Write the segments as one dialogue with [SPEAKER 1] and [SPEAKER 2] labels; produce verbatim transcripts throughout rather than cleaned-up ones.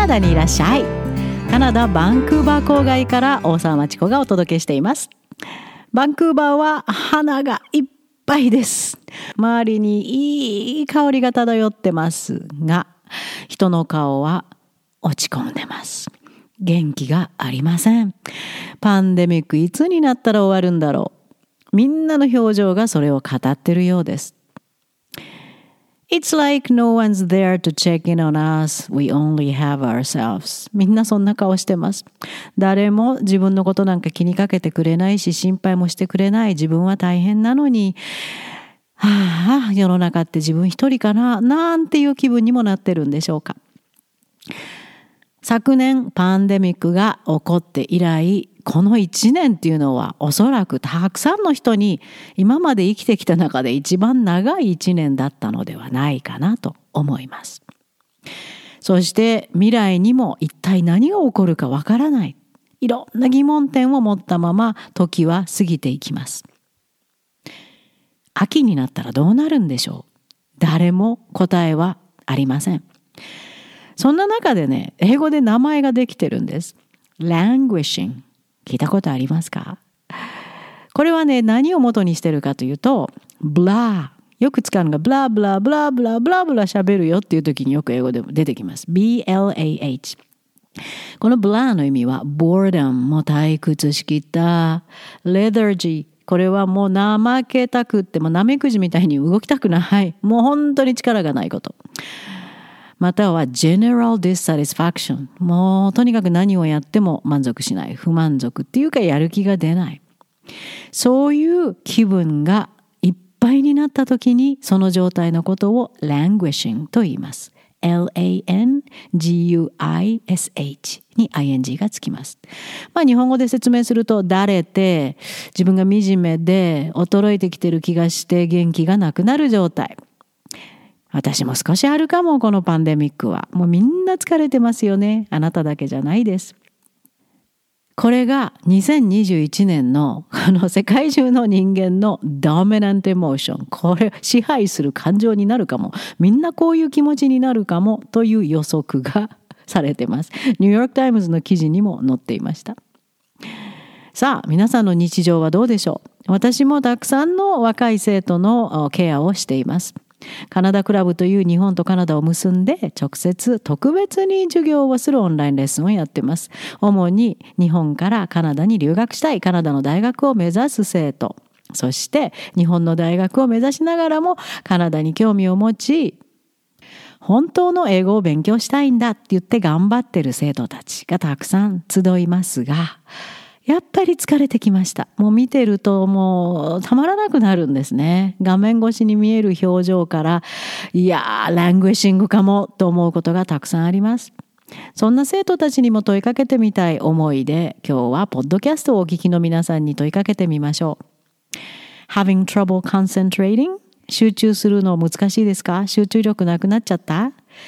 [SPEAKER 1] ナダにいらっしゃい。カナダバンクーバー郊外から大沢まちこがお届けしています。バンクーバーは花がいっぱいです。周りにいい香りが漂ってますが、人の顔は落ち込んでます。元気がありません。パンデミックいつになったら終わるんだろう。みんなの表情がそれを語ってるようです。It's like no one's there to check in on us. We only have ourselves. みんなそんな顔してます。誰も自分のことなんか気にかけてくれないし、心配もしてくれない。自分は大変なのに、はあ、世の中って自分一人かな、なんていう気分にもなってるんでしょうか。昨年パンデミックが起こって以来、この一年っていうのはおそらくたくさんの人に今まで生きてきた中で一番長い一年だったのではないかなと思います。そして未来にも一体何が起こるかわからない。いろんな疑問点を持ったまま時は過ぎていきます。秋になったらどうなるんでしょう。誰も答えはありません。そんな中でね、英語で名前ができてるんです。languishing。聞いたことありますか？これはね、何を元にしてるかというと、ブラー。よく使うのがブラブラブラブラブラブラ喋るよっていう時によく英語でも出てきます。ビーエルエーエイチ。このブラーの意味は、boredom も退屈しきった。lethargy。これはもう怠けたくって、もうなめくじみたいに動きたくない。もう本当に力がないこと。または general dissatisfaction。もうとにかく何をやっても満足しない。不満足っていうかやる気が出ない。そういう気分がいっぱいになった時にその状態のことを languishing と言います。エルエーエヌジーユーアイエスエイチ に アイエヌジー がつきます。まあ日本語で説明すると、だれて自分が惨めで衰えてきてる気がして元気がなくなる状態。私も少しあるかも、このパンデミックは。もうみんな疲れてますよね。あなただけじゃないです。これがにせんにじゅういちねんのこの世界中の人間のドミナントエモーション。これ支配する感情になるかも。みんなこういう気持ちになるかもという予測がされてます。ニューヨークタイムズの記事にも載っていました。さあ、皆さんの日常はどうでしょう？私もたくさんの若い生徒のケアをしています。カナダクラブという日本とカナダを結んで直接特別に授業をするオンラインレッスンをやっています。主に日本からカナダに留学したい、カナダの大学を目指す生徒、そして日本の大学を目指しながらもカナダに興味を持ち、本当の英語を勉強したいんだって言って頑張っている生徒たちがたくさん集いますが、やっぱり疲れてきました。もう見てるともうたまらなくなるんですね。画面越しに見える表情から、いやー、ラングイッシングかもと思うことがたくさんあります。そんな生徒たちにも問いかけてみたい思いで、今日はポッドキャストをお聞きの皆さんに問いかけてみましょう。Having trouble concentrating? 集中するの難しいですか？集中力なくなっちゃった？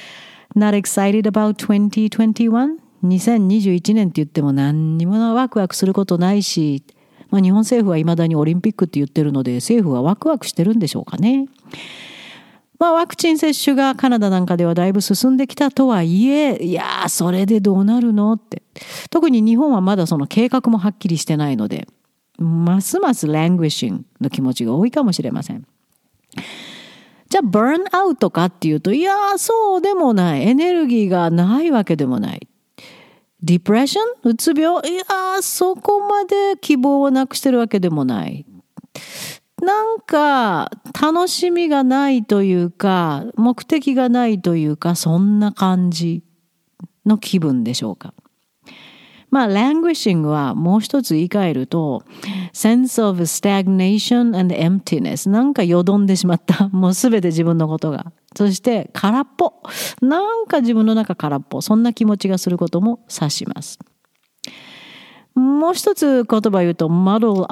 [SPEAKER 1] Not excited about twenty twenty-one?にせんにじゅういちねんって言っても何にもワクワクすることないし、まあ、日本政府は未だにオリンピックって言ってるので、政府はワクワクしてるんでしょうかね。まあ、ワクチン接種がカナダなんかではだいぶ進んできたとはいえ、いやーそれでどうなるのって。特に日本はまだその計画もはっきりしてないので、ますますラングイッシングの気持ちが多いかもしれません。じゃあバーンアウトかっていうと、いやーそうでもない。エネルギーがないわけでもない。ディプレッション？うつ病？いやーそこまで希望をなくしてるわけでもない。なんか楽しみがないというか、目的がないというか、そんな感じの気分でしょうか。まあ、languishing はもう一つ言い換えると、sense of stagnation and emptiness。なんかよどんでしまった。もうすべて自分のことが。そして空っぽ。なんか自分の中空っぽ。そんな気持ちがすることも指します。もう一つ言葉言うと muddle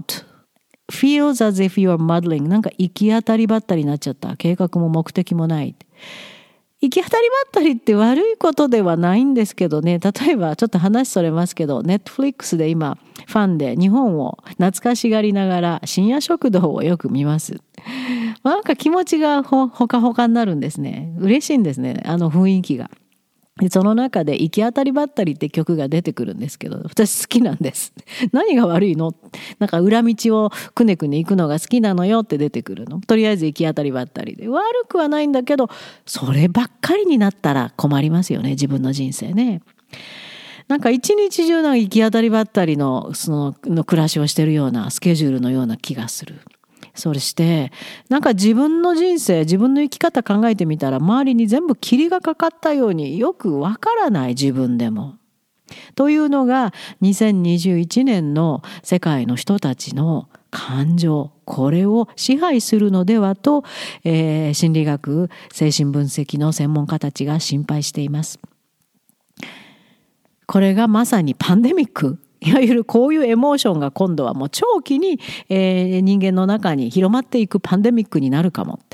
[SPEAKER 1] about。feels as if you are muddling。なんか行き当たりばったりになっちゃった。計画も目的もない。行き当たりばったりって悪いことではないんですけどね。例えばちょっと話それますけど、ネットフリックスで今ファンで日本を懐かしがりながら深夜食堂をよく見ます。なんか気持ちがほほかほかになるんですね。嬉しいんですね。あの雰囲気が。 でその中で行き当たりばったりって曲が出てくるんですけど、私好きなんです。何が悪いの？なんか裏道をくねくね行くのが好きなのよって出てくるの。とりあえず行き当たりばったりで。悪くはないんだけど、そればっかりになったら困りますよね、自分の人生ね。なんか一日中なんか行き当たりばったりのそのの暮らしをしてるようなスケジュールのような気がする。そしてなんか自分の人生、自分の生き方考えてみたら、周りに全部霧がかかったようによくわからない、自分でも。というのがにせんにじゅういちねんの世界の人たちの感情、これを支配するのではと、えー、心理学、精神分析の専門家たちが心配しています。これがまさにパンデミック。いわゆるこういうエモーションが今度はもう長期に、えー、人間の中に広まっていくパンデミックになるかもって。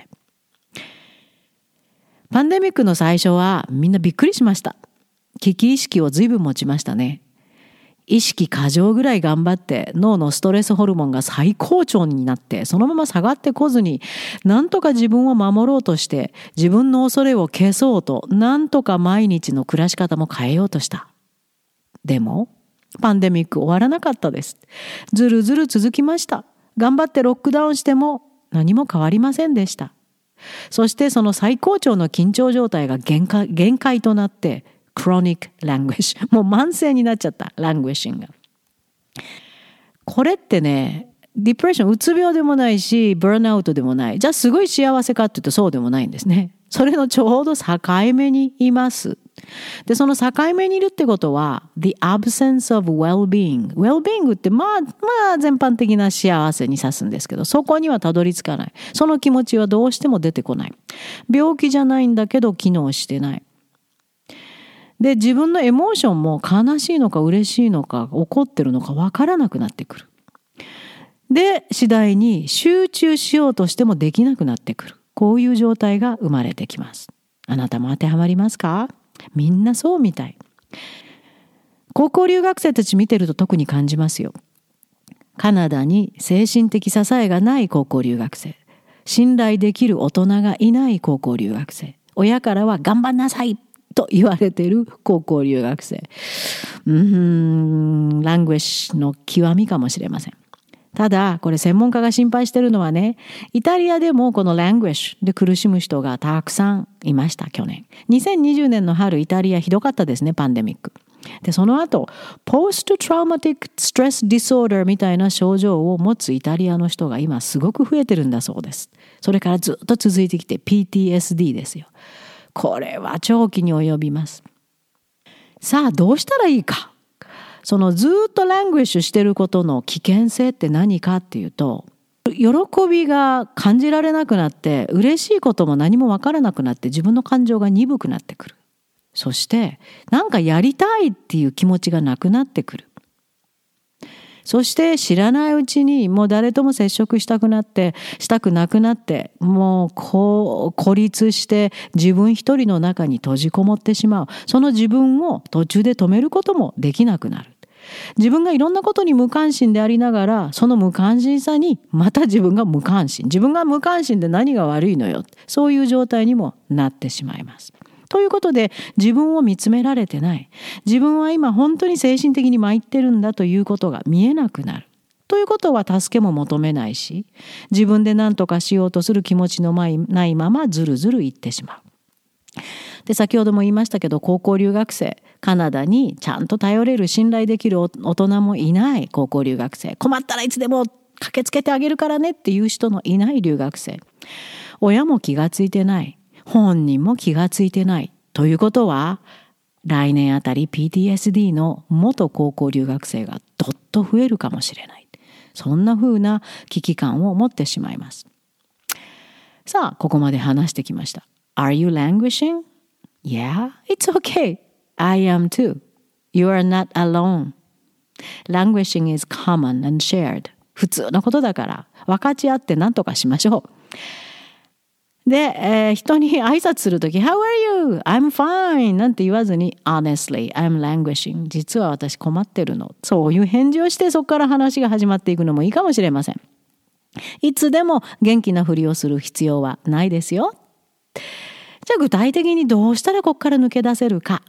[SPEAKER 1] パンデミックの最初はみんなびっくりしました。危機意識を随分持ちましたね。意識過剰ぐらい頑張って脳のストレスホルモンが最高潮になってそのまま下がってこずに、なんとか自分を守ろうとして自分の恐れを消そうと、なんとか毎日の暮らし方も変えようとした。でもパンデミック終わらなかったです。ずるずる続きました。頑張ってロックダウンしても何も変わりませんでした。そしてその最高潮の緊張状態が限界、限界となって、クロニック・ラングイッシュ、もう慢性になっちゃった、ラングイッシングが。これってね、ディプレッション、うつ病でもないし、ブーンアウトでもない。じゃあすごい幸せかっていうとそうでもないんですね。それのちょうど境目にいます。で、その境目にいるってことは、the absence of well-being。well-being ってまあ、まあ全般的な幸せに指すんですけど、そこにはたどり着かない。その気持ちはどうしても出てこない。病気じゃないんだけど機能してない。で、自分のエモーションも悲しいのか嬉しいのか怒ってるのか分からなくなってくる。で、次第に集中しようとしてもできなくなってくる。こういう状態が生まれてきます。あなたも当てはまりますか？みんなそうみたい。高校留学生たち見てると特に感じますよ。カナダに精神的支えがない高校留学生。信頼できる大人がいない高校留学生。親からは頑張んなさいと言われている高校留学生。うーん、ラングエッシュの極みかもしれません。ただ、これ専門家が心配してるのはね、イタリアでもこのラングエッシュで苦しむ人がたくさんいました、去年。にせんにじゅうねんの春、イタリアひどかったですね、パンデミック。で、その後、ポストトラウマティックストレスディソーダーみたいな症状を持つイタリアの人が今すごく増えてるんだそうです。それからずっと続いてきて ピーティーエスディー ですよ。これは長期に及びます。さあ、どうしたらいいか。そのずっとラングエッシュしてることの危険性って何かっていうと、喜びが感じられなくなって、嬉しいことも何も分からなくなって、自分の感情が鈍くなってくる。そしてなんかやりたいっていう気持ちがなくなってくる。そして知らないうちにもう誰とも接触したくなってしたくなくなって、もうこう孤立して自分一人の中に閉じこもってしまう。その自分を途中で止めることもできなくなる。自分がいろんなことに無関心でありながら、その無関心さにまた自分が無関心。自分が無関心で何が悪いのよ。そういう状態にもなってしまいます。ということで、自分を見つめられてない。自分は今本当に精神的に参ってるんだということが見えなくなる。ということは助けも求めないし、自分で何とかしようとする気持ちのないままずるずるいってしまう。で、先ほども言いましたけど、高校留学生、カナダにちゃんと頼れる信頼できる大人もいない高校留学生、困ったらいつでも駆けつけてあげるからねっていう人のいない留学生、親も気がついてない、本人も気がついてないということは、来年あたり ピーティーエスディー の元高校留学生がどっと増えるかもしれない。そんな風な危機感を持ってしまいます。さあ、ここまで話してきました。Are you languishing? Yeah, it's okay. I am too. You are not alone. Languishing is common and shared. 普通のことだから分かち合って何とかしましょう。で、えー、人に挨拶するとき How are you? I'm fine なんて言わずに Honestly, I'm languishing 実は私困ってるの。そういう返事をしてそこから話が始まっていくのもいいかもしれません。いつでも元気なふりをする必要はないですよ。じゃあ具体的にどうしたらここから抜け出せるか。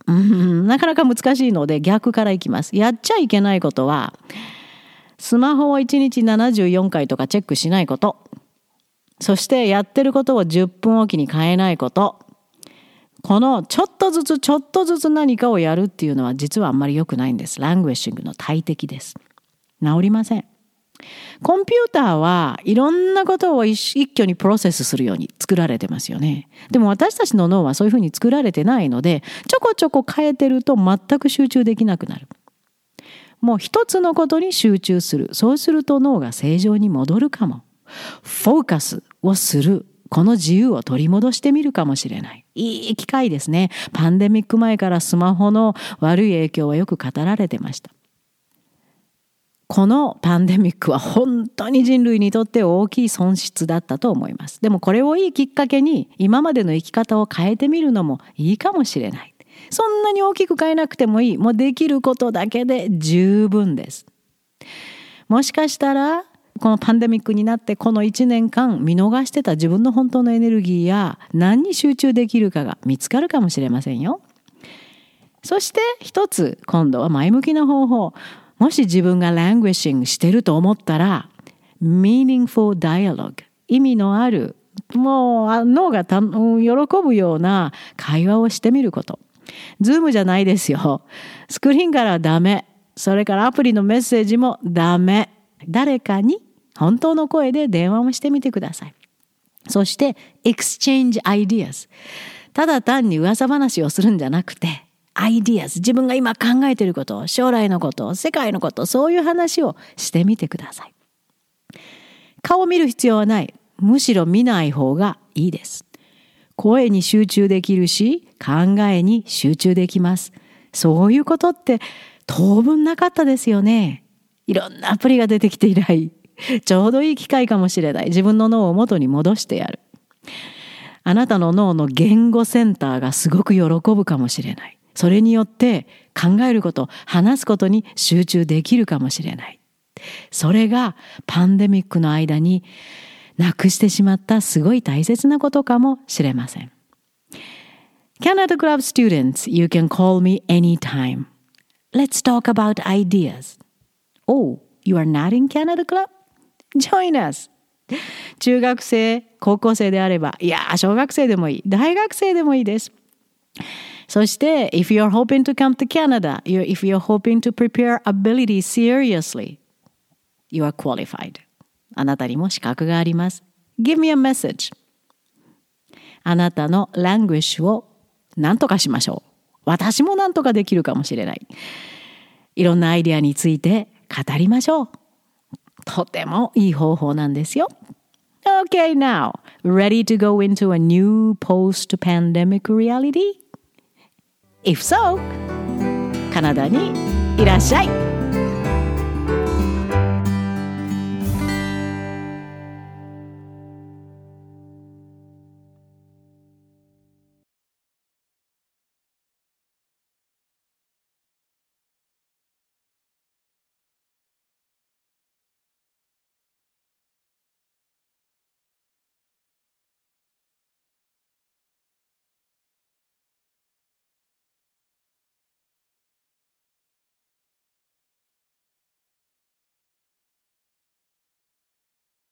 [SPEAKER 1] うん、なかなか難しいので逆からいきます。やっちゃいけないことは、スマホをいちにちななじゅうよんかいとかチェックしないこと。そしてやってることをじゅっぷんおきに変えないこと。このちょっとずつちょっとずつ何かをやるっていうのは実はあんまり良くないんです。ラングエッシングの大敵です。治りません。コンピューターはいろんなことを一挙にプロセスするように作られてますよね。でも私たちの脳はそういうふうに作られてないので、ちょこちょこ変えてると全く集中できなくなる。もう一つのことに集中する。そうすると脳が正常に戻るかも。フォーカスをする。この自由を取り戻してみるかもしれない。いい機会ですね。パンデミック前からスマホの悪い影響はよく語られてました。このパンデミックは本当に人類にとって大きい損失だったと思います。でもこれをいいきっかけに今までの生き方を変えてみるのもいいかもしれない。そんなに大きく変えなくてもいい。もうできることだけで十分です。もしかしたらこのパンデミックになってこのいちねんかん見逃してた自分の本当のエネルギーや何に集中できるかが見つかるかもしれませんよ。そして一つ今度は前向きな方法。もし自分がラングエッシングしてると思ったら meaningful dialogue 意味のあるもう脳がた喜ぶような会話をしてみること。ズームじゃないですよ。スクリーンからダメ。それからアプリのメッセージもダメ。誰かに本当の声で電話をしてみてください。そして exchange ideas。ただ単に噂話をするんじゃなくてideas、自分が今考えていること、将来のこと、世界のこと、そういう話をしてみてください。顔を見る必要はない。むしろ見ない方がいいです。声に集中できるし、考えに集中できます。そういうことって当分なかったですよね。いろんなアプリが出てきて以来、ちょうどいい機会かもしれない。自分の脳を元に戻してやる。あなたの脳の言語センターがすごく喜ぶかもしれない。それによって考えること、話すことに集中できるかもしれない。それがパンデミックの間になくしてしまったすごい大切なことかもしれません。Canada Club students, you can call me anytime. Let's talk about ideas. Oh, you are not in Canada Club? Join us. 中学生、高校生であれば、いや、小学生でもいい、大学生でもいいです。そして、if you're hoping to come to Canada, if you're hoping to prepare ability seriously, you are qualified. あなたにも資格があります。Give me a message. あなたのラングエッシュを何とかしましょう。私も何とかできるかもしれない。いろんなアイデアについて語りましょう。とてもいい方法なんですよ。Okay, now, ready to go into a new post-pandemic reality?If so, カナダにいらっしゃい。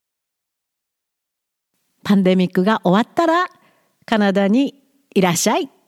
[SPEAKER 1] パンデミックが終わったらカナダにいらっしゃい。